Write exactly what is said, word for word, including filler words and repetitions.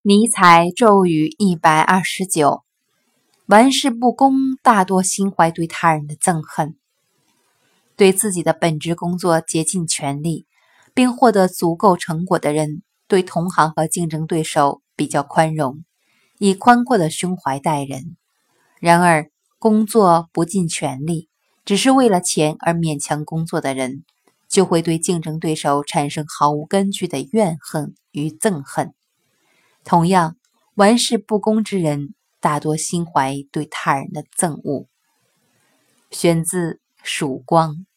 尼采咒语一百二十九：玩世不恭大多心怀对他人的憎恨。对自己的本职工作竭尽全力，并获得足够成果的人，对同行和竞争对手比较宽容，以宽阔的胸怀待人。然而，工作不尽全力，只是为了钱而勉强工作的人，就会对竞争对手产生毫无根据的怨恨与憎恨。同样，玩世不恭之人大多心怀对他人的憎恶。选自《曙光》。